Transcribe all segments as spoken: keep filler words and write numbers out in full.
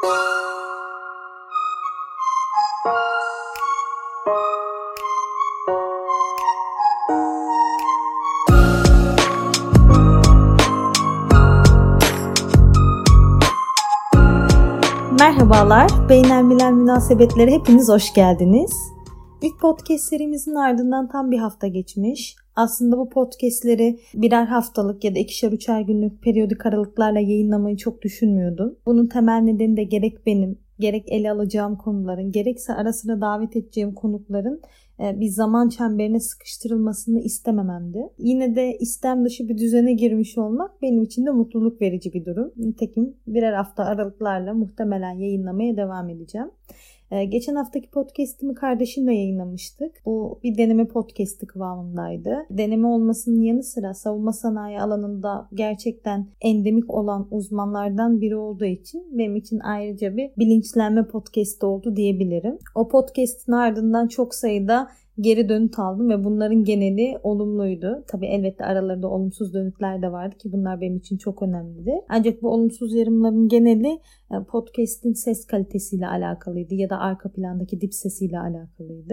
Merhabalar, Beynelmilel Münasebetlere hepiniz hoş geldiniz. İlk podcast serimizin ardından tam bir hafta geçmiş. Aslında bu podcastleri birer haftalık ya da ikişer üçer günlük periyodik aralıklarla yayınlamayı çok düşünmüyordum. Bunun temel nedeni de gerek benim, gerek ele alacağım konuların, gerekse ara sıra davet edeceğim konukların bir zaman çemberine sıkıştırılmasını istemememdi. Yine de istem dışı bir düzene girmiş olmak benim için de mutluluk verici bir durum. Nitekim birer hafta aralıklarla muhtemelen yayınlamaya devam edeceğim. Ee, geçen haftaki podcast'imi kardeşimle yayınlamıştık. Bu bir deneme podcast'i kıvamındaydı. Deneme olmasının yanı sıra savunma sanayi alanında gerçekten endemik olan uzmanlardan biri olduğu için benim için ayrıca bir bilinçlenme podcast'i oldu diyebilirim. O podcast'in ardından çok sayıda geri dönüt aldım ve bunların geneli olumluydu. Tabii elbette aralarında olumsuz dönütler de vardı ki bunlar benim için çok önemlidir. Ancak bu olumsuz yorumların geneli podcast'in ses kalitesiyle alakalıydı ya da arka plandaki dip sesiyle alakalıydı.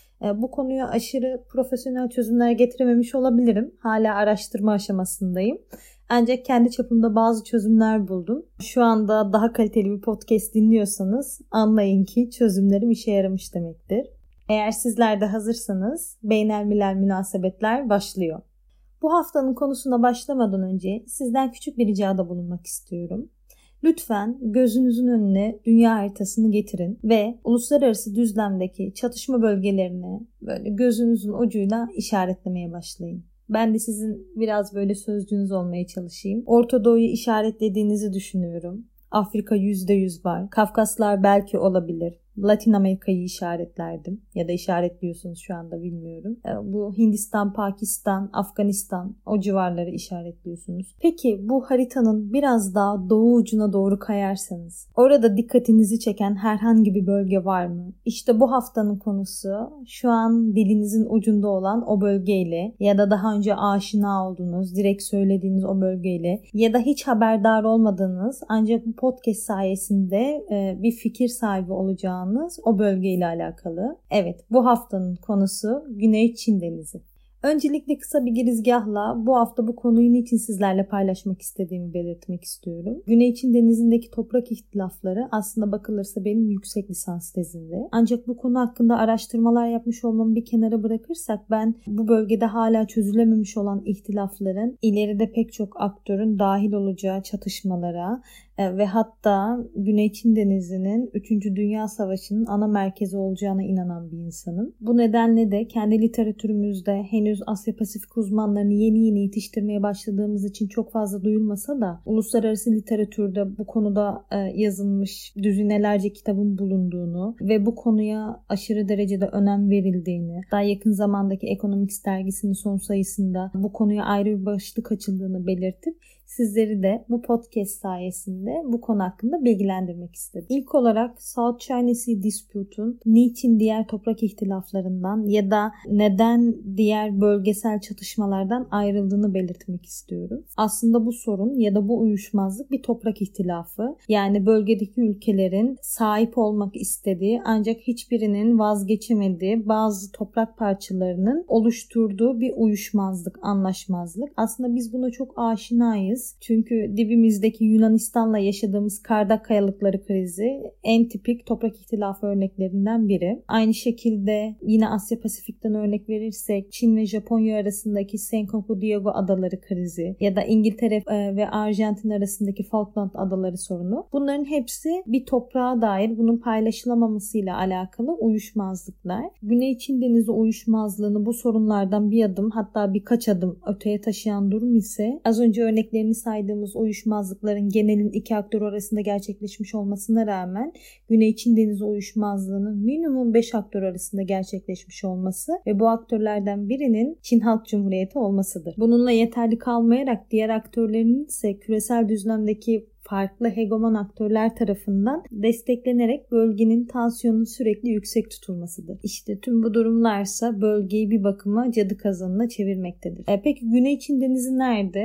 Bu konuya aşırı profesyonel çözümler getirememiş olabilirim. Hala araştırma aşamasındayım. Ancak kendi çapımda bazı çözümler buldum. Şu anda daha kaliteli bir podcast dinliyorsanız anlayın ki çözümlerim işe yaramış demektir. Eğer sizler de hazırsanız Beynelmilel Münasebetler başlıyor. Bu haftanın konusuna başlamadan önce sizden küçük bir ricada bulunmak istiyorum. Lütfen gözünüzün önüne dünya haritasını getirin ve uluslararası düzlemdeki çatışma bölgelerini böyle gözünüzün ucuyla işaretlemeye başlayın. Ben de sizin biraz böyle sözcüğünüz olmaya çalışayım. Orta Doğu'yu işaretlediğinizi düşünüyorum. Afrika yüzde yüz var. Kafkaslar belki olabilir. Latin Amerika'yı işaretlerdim. Ya da işaretliyorsunuz şu anda bilmiyorum. Bu Hindistan, Pakistan, Afganistan o civarları işaretliyorsunuz. Peki bu haritanın biraz daha doğu ucuna doğru kayarsanız orada dikkatinizi çeken herhangi bir bölge var mı? İşte bu haftanın konusu şu an dilinizin ucunda olan o bölgeyle ya da daha önce aşina olduğunuz, direkt söylediğiniz o bölgeyle ya da hiç haberdar olmadığınız ancak bu podcast sayesinde bir fikir sahibi olacağınız o bölgeyle alakalı. Evet, bu haftanın konusu Güney Çin Denizi. Öncelikle kısa bir girizgahla bu hafta bu konuyu niçin sizlerle paylaşmak istediğimi belirtmek istiyorum. Güney Çin Denizi'ndeki toprak ihtilafları aslında bakılırsa benim yüksek lisans tezimdi. Ancak bu konu hakkında araştırmalar yapmış olmamı bir kenara bırakırsak ben bu bölgede hala çözülememiş olan ihtilafların ileride pek çok aktörün dahil olacağı çatışmalara ve hatta Güney Çin Denizi'nin üçüncü. Dünya Savaşı'nın ana merkezi olacağına inanan bir insanım. Bu nedenle de kendi literatürümüzde henüz Asya Pasifik uzmanlarını yeni yeni yetiştirmeye başladığımız için çok fazla duyulmasa da uluslararası literatürde bu konuda yazılmış düzinelerce kitabın bulunduğunu ve bu konuya aşırı derecede önem verildiğini, daha yakın zamandaki Economics dergisinin son sayısında bu konuya ayrı bir başlık açıldığını belirtip sizleri de bu podcast sayesinde bu konu hakkında bilgilendirmek istedim. İlk olarak South China Sea Dispute'un niçin diğer toprak ihtilaflarından ya da neden diğer bölgesel çatışmalardan ayrıldığını belirtmek istiyorum. Aslında bu sorun ya da bu uyuşmazlık bir toprak ihtilafı. Yani bölgedeki ülkelerin sahip olmak istediği ancak hiçbirinin vazgeçemediği bazı toprak parçalarının oluşturduğu bir uyuşmazlık, anlaşmazlık. Aslında biz buna çok aşinayız. Çünkü dibimizdeki Yunanistan'la yaşadığımız Kardak Kayalıkları krizi en tipik toprak ihtilafı örneklerinden biri. Aynı şekilde yine Asya Pasifik'ten örnek verirsek Çin ve Japonya arasındaki Senkaku Diego Adaları krizi ya da İngiltere ve Arjantin arasındaki Falkland Adaları sorunu. Bunların hepsi bir toprağa dair bunun paylaşılamamasıyla alakalı uyuşmazlıklar. Güney Çin Denizi uyuşmazlığını bu sorunlardan bir adım hatta birkaç adım öteye taşıyan durum ise az önce örneklerini saydığımız uyuşmazlıkların genelin iki aktör arasında gerçekleşmiş olmasına rağmen Güney Çin Denizi uyuşmazlığının minimum beş aktör arasında gerçekleşmiş olması ve bu aktörlerden birinin Çin Halk Cumhuriyeti olmasıdır. Bununla yeterli kalmayarak diğer aktörlerin ise küresel düzlemdeki farklı hegemon aktörler tarafından desteklenerek bölgenin tansiyonunun sürekli yüksek tutulmasıdır. İşte tüm bu durumlarsa bölgeyi bir bakıma cadı kazanına çevirmektedir. E peki Güney Çin Denizi nerede?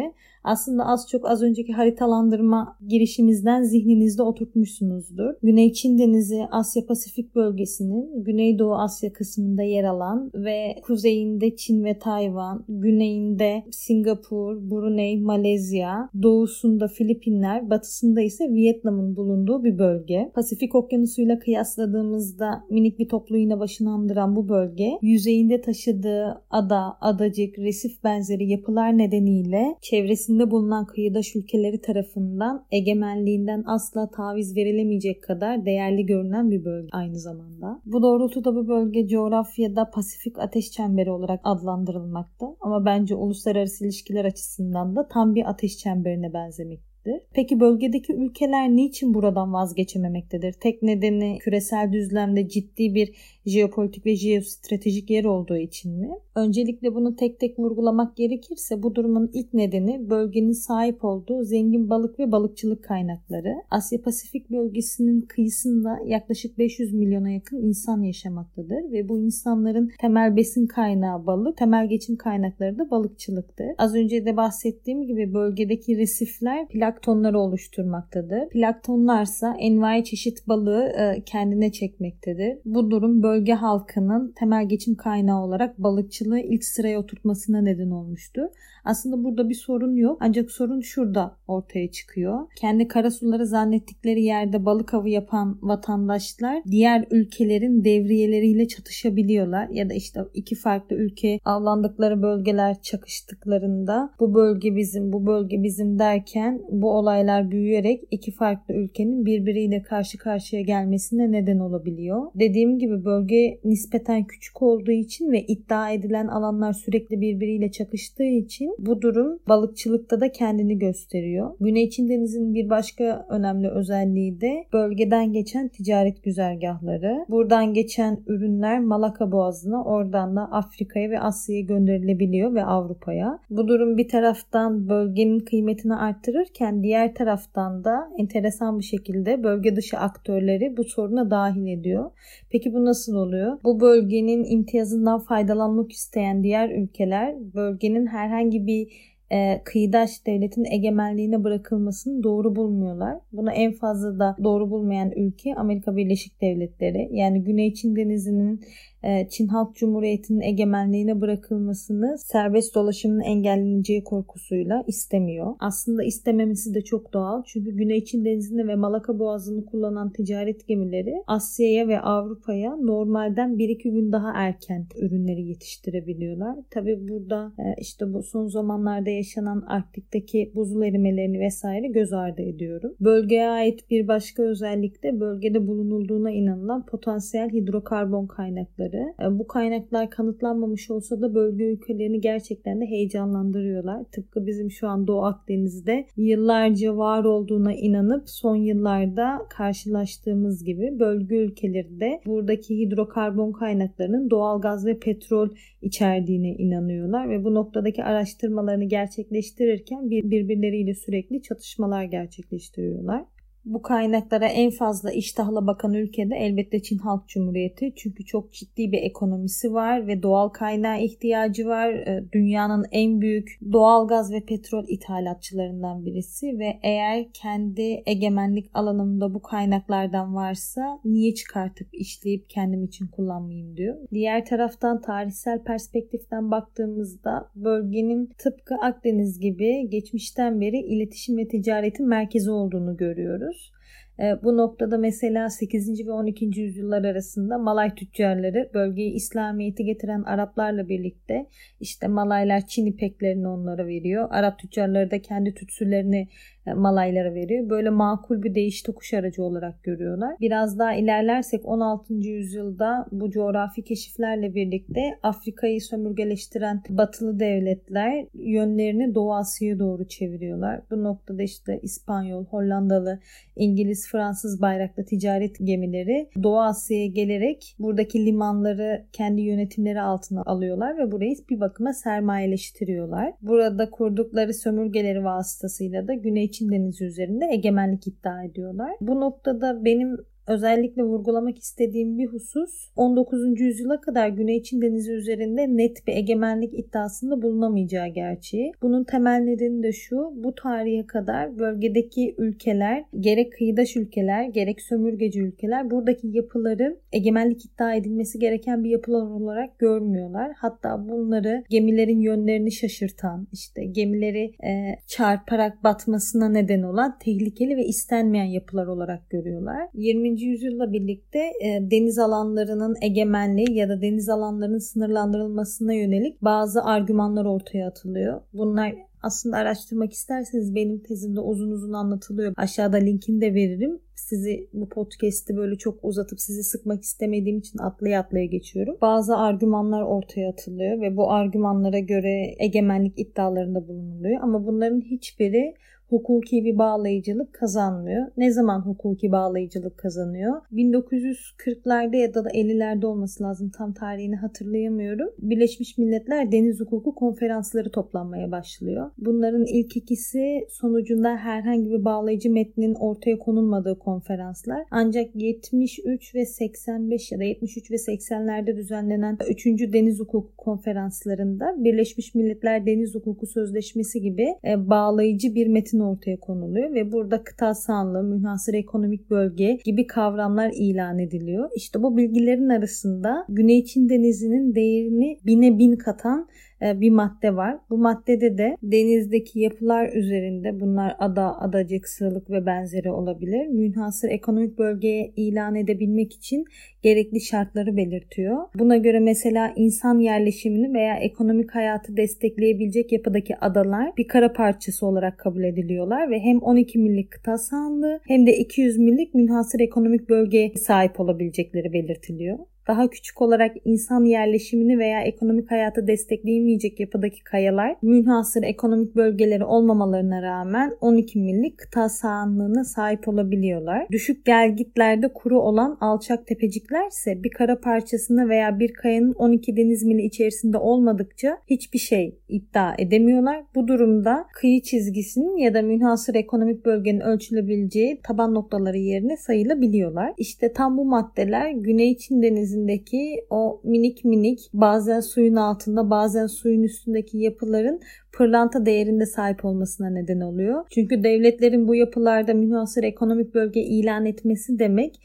aslında az çok az önceki haritalandırma girişimizden zihninizde oturtmuşsunuzdur. Güney Çin Denizi Asya Pasifik bölgesinin Güneydoğu Asya kısmında yer alan ve kuzeyinde Çin ve Tayvan, güneyinde Singapur, Brunei, Malezya, doğusunda Filipinler, batısında ise Vietnam'ın bulunduğu bir bölge. Pasifik Okyanusu'yla kıyasladığımızda minik bir toplu iğne başını andıran bu bölge, yüzeyinde taşıdığı ada, adacık, resif benzeri yapılar nedeniyle çevresinde bulunan kıyıdaş ülkeleri tarafından egemenliğinden asla taviz verilemeyecek kadar değerli görünen bir bölge aynı zamanda. Bu doğrultuda bu bölge coğrafyada Pasifik Ateş Çemberi olarak adlandırılmakta ama bence uluslararası ilişkiler açısından da tam bir ateş çemberine benzemektedir. Peki bölgedeki ülkeler niçin buradan vazgeçememektedir? Tek nedeni küresel düzlemde ciddi bir jeopolitik ve jeostratejik yer olduğu için mi? Öncelikle bunu tek tek vurgulamak gerekirse bu durumun ilk nedeni bölgenin sahip olduğu zengin balık ve balıkçılık kaynakları. Asya Pasifik bölgesinin kıyısında yaklaşık beş yüz milyona yakın insan yaşamaktadır ve bu insanların temel besin kaynağı balık, temel geçim kaynakları da balıkçılıktır. Az önce de bahsettiğim gibi bölgedeki resifler planktonları oluşturmaktadır. Planktonlarsa envai çeşit balığı kendine çekmektedir. Bu durum bölge halkının temel geçim kaynağı olarak balıkçılığı ilk sıraya oturtmasına neden olmuştu. Aslında burada bir sorun yok. Ancak sorun şurada ortaya çıkıyor. Kendi karasuları zannettikleri yerde balık avı yapan vatandaşlar diğer ülkelerin devriyeleriyle çatışabiliyorlar. Ya da işte iki farklı ülke avlandıkları bölgeler çakıştıklarında bu bölge bizim, bu bölge bizim derken bu olaylar büyüyerek iki farklı ülkenin birbiriyle karşı karşıya gelmesine neden olabiliyor. Dediğim gibi bölge nispeten küçük olduğu için ve iddia edilen alanlar sürekli birbiriyle çakıştığı için bu durum balıkçılıkta da kendini gösteriyor. Güney Çin Denizi'nin bir başka önemli özelliği de bölgeden geçen ticaret güzergahları. Buradan geçen ürünler Malaka Boğazı'na, oradan da Afrika'ya ve Asya'ya gönderilebiliyor ve Avrupa'ya. Bu durum bir taraftan bölgenin kıymetini arttırırken diğer taraftan da enteresan bir şekilde bölge dışı aktörleri bu soruna dahil ediyor. Peki bu nasıl oluyor? Bu bölgenin imtiyazından faydalanmak isteyen diğer ülkeler bölgenin herhangi bir e, kıyıdaş devletin egemenliğine bırakılmasını doğru bulmuyorlar. Bunu en fazla da doğru bulmayan ülke Amerika Birleşik Devletleri. Yani Güney Çin Denizi'nin Çin Halk Cumhuriyeti'nin egemenliğine bırakılmasını serbest dolaşımın engelleneceği korkusuyla istemiyor. Aslında istememesi de çok doğal. Çünkü Güney Çin Denizi'nde ve Malaka Boğazı'nı kullanan ticaret gemileri Asya'ya ve Avrupa'ya normalden bir iki gün daha erken ürünleri yetiştirebiliyorlar. Tabii burada işte bu son zamanlarda yaşanan Arktik'teki buzul erimelerini vesaire göz ardı ediyorum. Bölgeye ait bir başka özellik de bölgede bulunulduğuna inanılan potansiyel hidrokarbon kaynakları. Bu kaynaklar kanıtlanmamış olsa da bölge ülkelerini gerçekten de heyecanlandırıyorlar. Tıpkı bizim şu an Doğu Akdeniz'de yıllarca var olduğuna inanıp son yıllarda karşılaştığımız gibi bölge ülkeleri de buradaki hidrokarbon kaynaklarının doğal gaz ve petrol içerdiğine inanıyorlar ve bu noktadaki araştırmalarını gerçekleştirirken birbirleriyle sürekli çatışmalar gerçekleştiriyorlar. Bu kaynaklara en fazla iştahla bakan ülke de elbette Çin Halk Cumhuriyeti. Çünkü çok ciddi bir ekonomisi var ve doğal kaynağa ihtiyacı var. Dünyanın en büyük doğal gaz ve petrol ithalatçılarından birisi ve eğer kendi egemenlik alanımda bu kaynaklardan varsa niye çıkartıp işleyip kendim için kullanmayayım diyor. Diğer taraftan tarihsel perspektiften baktığımızda bölgenin tıpkı Akdeniz gibi geçmişten beri iletişim ve ticaretin merkezi olduğunu görüyoruz. Bu noktada mesela sekizinci ve on ikinci yüzyıllar arasında Malay tüccarları bölgeye İslamiyet'i getiren Araplarla birlikte işte Malaylar Çin ipeklerini onlara veriyor. Arap tüccarları da kendi tütsülerini Malaylara veriyor. Böyle makul bir değiş tokuş aracı olarak görüyorlar. Biraz daha ilerlersek on altıncı yüzyılda bu coğrafi keşiflerle birlikte Afrika'yı sömürgeleştiren batılı devletler yönlerini Doğu Asya'ya doğru çeviriyorlar. Bu noktada işte İspanyol, Hollandalı, İngiliz, Fransız bayraklı ticaret gemileri Doğu Asya'ya gelerek buradaki limanları kendi yönetimleri altına alıyorlar ve burayı bir bakıma sermayeleştiriyorlar. Burada kurdukları sömürgeleri vasıtasıyla da Güney Çin Denizi üzerinde egemenlik iddia ediyorlar. Bu noktada benim özellikle vurgulamak istediğim bir husus, on dokuzuncu yüzyıla kadar Güney Çin Denizi üzerinde net bir egemenlik iddiasında bulunamayacağı gerçeği. Bunun temel nedeni de şu: bu tarihe kadar bölgedeki ülkeler, gerek kıyıdaş ülkeler gerek sömürgeci ülkeler buradaki yapıları egemenlik iddia edilmesi gereken bir yapılar olarak görmüyorlar. Hatta bunları gemilerin yönlerini şaşırtan, işte gemileri e, çarparak batmasına neden olan tehlikeli ve istenmeyen yapılar olarak görüyorlar. yirminci yüzyılla birlikte e, deniz alanlarının egemenliği ya da deniz alanlarının sınırlandırılmasına yönelik bazı argümanlar ortaya atılıyor. Bunlar aslında araştırmak isterseniz benim tezimde uzun uzun anlatılıyor. Aşağıda linkini de veririm. Sizi bu podcast'i böyle çok uzatıp sizi sıkmak istemediğim için atlaya atlaya geçiyorum. Bazı argümanlar ortaya atılıyor ve bu argümanlara göre egemenlik iddialarında bulunuluyor. Ama bunların hiçbiri hukuki bir bağlayıcılık kazanmıyor. Ne zaman hukuki bağlayıcılık kazanıyor? bin dokuz yüz kırklarda ya da ellilerde olması lazım. Tam tarihini hatırlayamıyorum. Birleşmiş Milletler Deniz Hukuku Konferansları toplanmaya başlıyor. Bunların ilk ikisi sonucunda herhangi bir bağlayıcı metnin ortaya konulmadığı konferanslar. Ancak yetmiş üç ve seksen beş ya da yetmiş üç ve seksenlerde düzenlenen üçüncü Deniz Hukuku Konferanslarında Birleşmiş Milletler Deniz Hukuku Sözleşmesi gibi bağlayıcı bir metin ortaya konuluyor ve burada kıta sahanlığı, münhasır ekonomik bölge gibi kavramlar ilan ediliyor. İşte bu bilgilerin arasında Güney Çin Denizi'nin değerini bine bin katan bir madde var. Bu maddede de denizdeki yapılar üzerinde, bunlar ada, adacık, sığlık ve benzeri olabilir, münhasır ekonomik bölgeye ilan edebilmek için gerekli şartları belirtiyor. Buna göre mesela insan yerleşimini veya ekonomik hayatı destekleyebilecek yapıdaki adalar bir kara parçası olarak kabul ediliyorlar ve hem on iki millik kıta sahanlığı hem de iki yüz millik münhasır ekonomik bölgeye sahip olabilecekleri belirtiliyor. Daha küçük olarak insan yerleşimini veya ekonomik hayatı destekleyemeyecek yapıdaki kayalar münhasır ekonomik bölgeleri olmamalarına rağmen on iki millik kıta sahanlığına sahip olabiliyorlar. Düşük gelgitlerde kuru olan alçak tepeciklerse bir kara parçasına veya bir kayanın on iki deniz mili içerisinde olmadıkça hiçbir şey iddia edemiyorlar. Bu durumda kıyı çizgisinin ya da münhasır ekonomik bölgenin ölçülebileceği taban noktaları yerine sayılabiliyorlar. İşte tam bu maddeler Güney Çin Denizi o minik minik, bazen suyun altında bazen suyun üstündeki yapıların pırlanta değerinde sahip olmasına neden oluyor. Çünkü devletlerin bu yapılarda münhasır ekonomik bölge ilan etmesi demek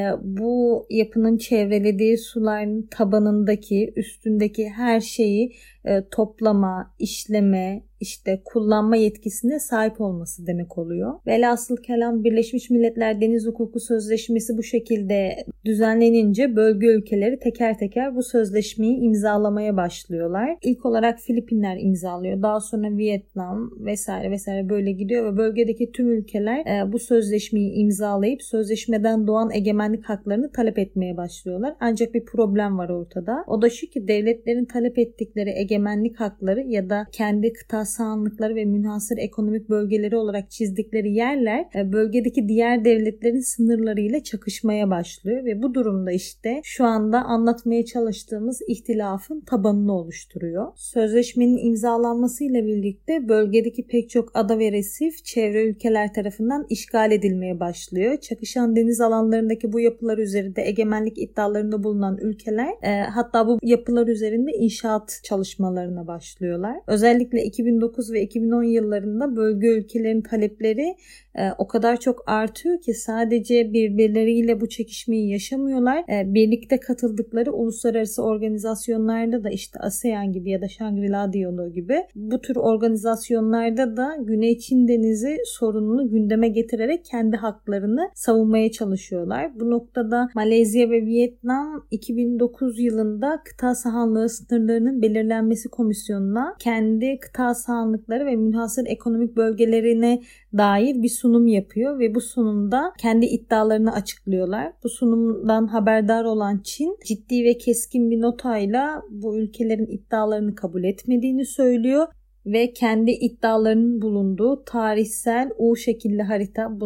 bu yapının çevrelediği suların tabanındaki, üstündeki her şeyi toplama, işleme, işte kullanma yetkisine sahip olması demek oluyor. Velhasıl kelam Birleşmiş Milletler Deniz Hukuku Sözleşmesi bu şekilde düzenlenince bölge ülkeleri teker teker bu sözleşmeyi imzalamaya başlıyorlar. İlk olarak Filipinler imzalıyor. Daha sonra Vietnam vesaire vesaire böyle gidiyor ve bölgedeki tüm ülkeler bu sözleşmeyi imzalayıp sözleşmeden doğan egemenlik haklarını talep etmeye başlıyorlar. Ancak bir problem var ortada. O da şu ki devletlerin talep ettikleri egemenlik hakları ya da kendi kıta sahanlıkları ve münhasır ekonomik bölgeleri olarak çizdikleri yerler bölgedeki diğer devletlerin sınırlarıyla çakışmaya başlıyor ve bu durumda işte şu anda anlatmaya çalıştığımız ihtilafın tabanını oluşturuyor. Sözleşmenin imzalanmasıyla birlikte bölgedeki pek çok ada ve resif çevre ülkeler tarafından işgal edilmeye başlıyor. Çakışan deniz alanlarındaki bu yapılar üzerinde egemenlik iddialarında bulunan ülkeler e, hatta bu yapılar üzerinde inşaat çalışmalarına başlıyorlar. Özellikle iki bin dokuz ve iki bin on yıllarında bölge ülkelerin talepleri e, o kadar çok artıyor ki sadece birbirleriyle bu çekişmeyi yaşamıyorlar. E, birlikte katıldıkları uluslararası organizasyonlarda da işte ASEAN gibi ya da Shangri-La Diyaloğu gibi bu tür organizasyonlarda da Güney Çin Denizi sorununu gündeme getirerek kendi haklarını savunmaya çalışıyorlar. Bu noktada Malezya ve Vietnam iki bin dokuz yılında kıta sahanlığı sınırlarının belirlenmesi komisyonuna kendi kıta sahanlıkları ve münhasır ekonomik bölgelerine dair bir sunum yapıyor ve bu sunumda kendi iddialarını açıklıyorlar. Bu sunumdan haberdar olan Çin ciddi ve keskin bir notayla bu ülkelerin iddialarını kabul etmediğini söylüyor ve kendi iddialarının bulunduğu tarihsel U şekilli harita, buna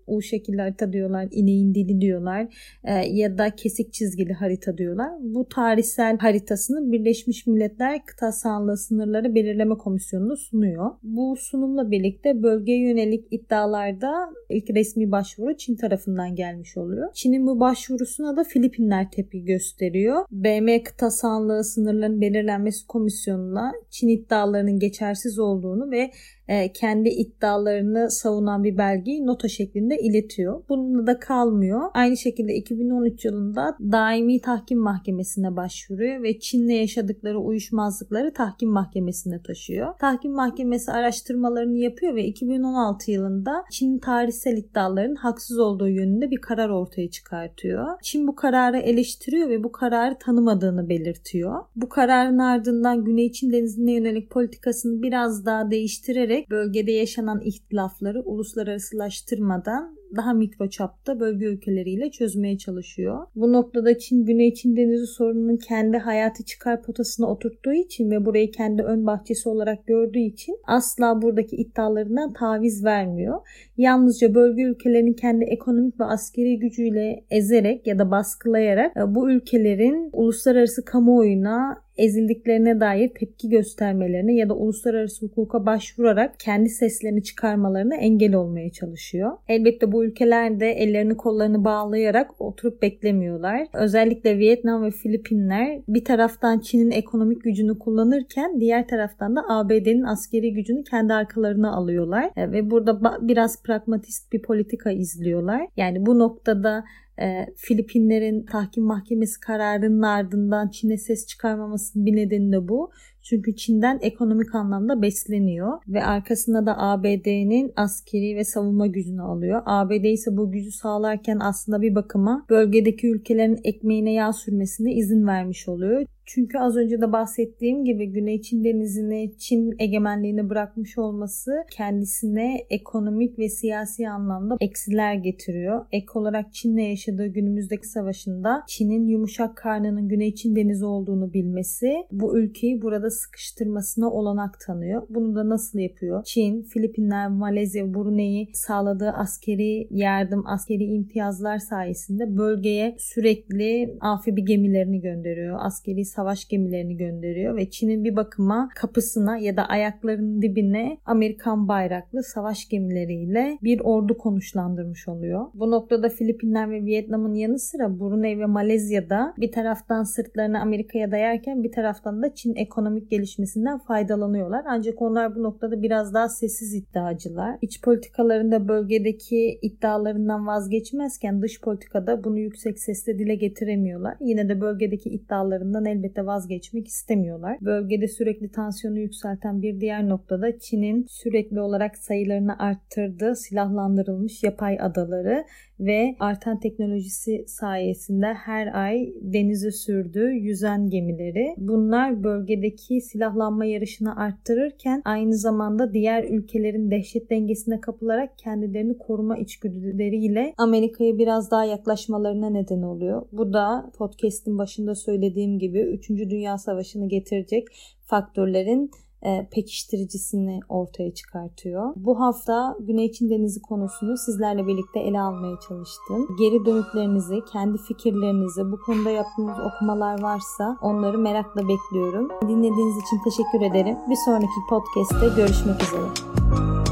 U şekilli harita diyorlar, ineğin dili diyorlar e, ya da kesik çizgili harita diyorlar. Bu tarihsel haritasını Birleşmiş Milletler Kıta Sahanlığı Sınırları Belirleme Komisyonu'na sunuyor. Bu sunumla birlikte bölgeye yönelik iddialarda ilk resmi başvuru Çin tarafından gelmiş oluyor. Çin'in bu başvurusuna da Filipinler tepki gösteriyor. B M Kıta Sahanlığı Sınırlarının Belirlenmesi Komisyonu'na Çin iddialarının geçersiz olduğunu ve e, kendi iddialarını savunan bir belgeyi nota şeklinde iletiyor. Bununla da kalmıyor. Aynı şekilde iki bin on üç yılında Daimi Tahkim Mahkemesi'ne başvuruyor ve Çin'le yaşadıkları uyuşmazlıkları Tahkim Mahkemesi'ne taşıyor. Tahkim Mahkemesi araştırmalarını yapıyor ve iki bin on altı yılında Çin'in tarihsel iddialarının haksız olduğu yönünde bir karar ortaya çıkartıyor. Çin bu kararı eleştiriyor ve bu kararı tanımadığını belirtiyor. Bu kararın ardından Güney Çin Denizi'ne yönelik politikasını biraz daha değiştirerek bölgede yaşanan ihtilafları uluslararasılaştırmadan daha mikro çapta bölge ülkeleriyle çözmeye çalışıyor. Bu noktada Çin, Güney Çin Denizi sorununun kendi hayati çıkar potasına oturttuğu için ve burayı kendi ön bahçesi olarak gördüğü için asla buradaki iddialarından taviz vermiyor. Yalnızca bölge ülkelerinin kendi ekonomik ve askeri gücüyle ezerek ya da baskılayarak bu ülkelerin uluslararası kamuoyuna ezildiklerine dair tepki göstermelerine ya da uluslararası hukuka başvurarak kendi seslerini çıkarmalarına engel olmaya çalışıyor. Elbette bu ülkeler de ellerini kollarını bağlayarak oturup beklemiyorlar. Özellikle Vietnam ve Filipinler bir taraftan Çin'in ekonomik gücünü kullanırken diğer taraftan da A B D'nin askeri gücünü kendi arkalarına alıyorlar ve burada biraz pragmatist bir politika izliyorlar. Yani bu noktada E, Filipinlerin tahkim mahkemesi kararının ardından Çin'e ses çıkarmamasının bir nedeni de bu. Çünkü Çin'den ekonomik anlamda besleniyor ve arkasında da A B D'nin askeri ve savunma gücünü alıyor. A B D ise bu gücü sağlarken aslında bir bakıma bölgedeki ülkelerin ekmeğine yağ sürmesine izin vermiş oluyor. Çünkü az önce de bahsettiğim gibi Güney Çin Denizi'ni Çin egemenliğine bırakmış olması kendisine ekonomik ve siyasi anlamda eksiler getiriyor. Ek olarak Çin'le yaşadığı günümüzdeki savaşında Çin'in yumuşak karnının Güney Çin Denizi olduğunu bilmesi bu ülkeyi burada sıkıştırmasına olanak tanıyor. Bunu da nasıl yapıyor? Çin, Filipinler, Malezya, Brunei'yi sağladığı askeri yardım, askeri imtiyazlar sayesinde bölgeye sürekli amfibi gemilerini gönderiyor. Askeri savaş gemilerini gönderiyor ve Çin'in bir bakıma kapısına ya da ayaklarının dibine Amerikan bayraklı savaş gemileriyle bir ordu konuşlandırmış oluyor. Bu noktada Filipinler ve Vietnam'ın yanı sıra Brunei ve Malezya'da bir taraftan sırtlarını Amerika'ya dayarken bir taraftan da Çin ekonomik gelişmesinden faydalanıyorlar. Ancak onlar bu noktada biraz daha sessiz iddiacılar. İç politikalarında bölgedeki iddialarından vazgeçmezken dış politikada bunu yüksek sesle dile getiremiyorlar. Yine de bölgedeki iddialarından elbette vazgeçmek istemiyorlar. Bölgede sürekli tansiyonu yükselten bir diğer noktada Çin'in sürekli olarak sayılarını arttırdığı silahlandırılmış yapay adaları ve artan teknolojisi sayesinde her ay denize sürdüğü yüzen gemileri. Bunlar bölgedeki silahlanma yarışını arttırırken aynı zamanda diğer ülkelerin dehşet dengesine kapılarak kendilerini koruma içgüdüleriyle Amerika'ya biraz daha yaklaşmalarına neden oluyor. Bu da podcast'in başında söylediğim gibi üçüncü Dünya Savaşı'nı getirecek faktörlerin E, pekiştiricisini ortaya çıkartıyor. Bu hafta Güney Çin Denizi konusunu sizlerle birlikte ele almaya çalıştım. Geri dönüklerinizi, kendi fikirlerinizi, bu konuda yaptığınız okumalar varsa onları merakla bekliyorum. Dinlediğiniz için teşekkür ederim. Bir sonraki podcast'te görüşmek üzere.